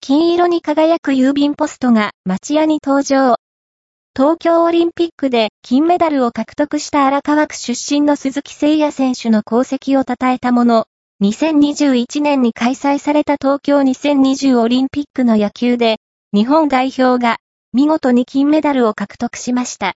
金色に輝く郵便ポストが町屋に登場。東京オリンピックで金メダルを獲得した荒川区出身の鈴木誠也選手の功績を称えたもの、2021年に開催された東京2020オリンピックの野球で、日本代表が見事に金メダルを獲得しました。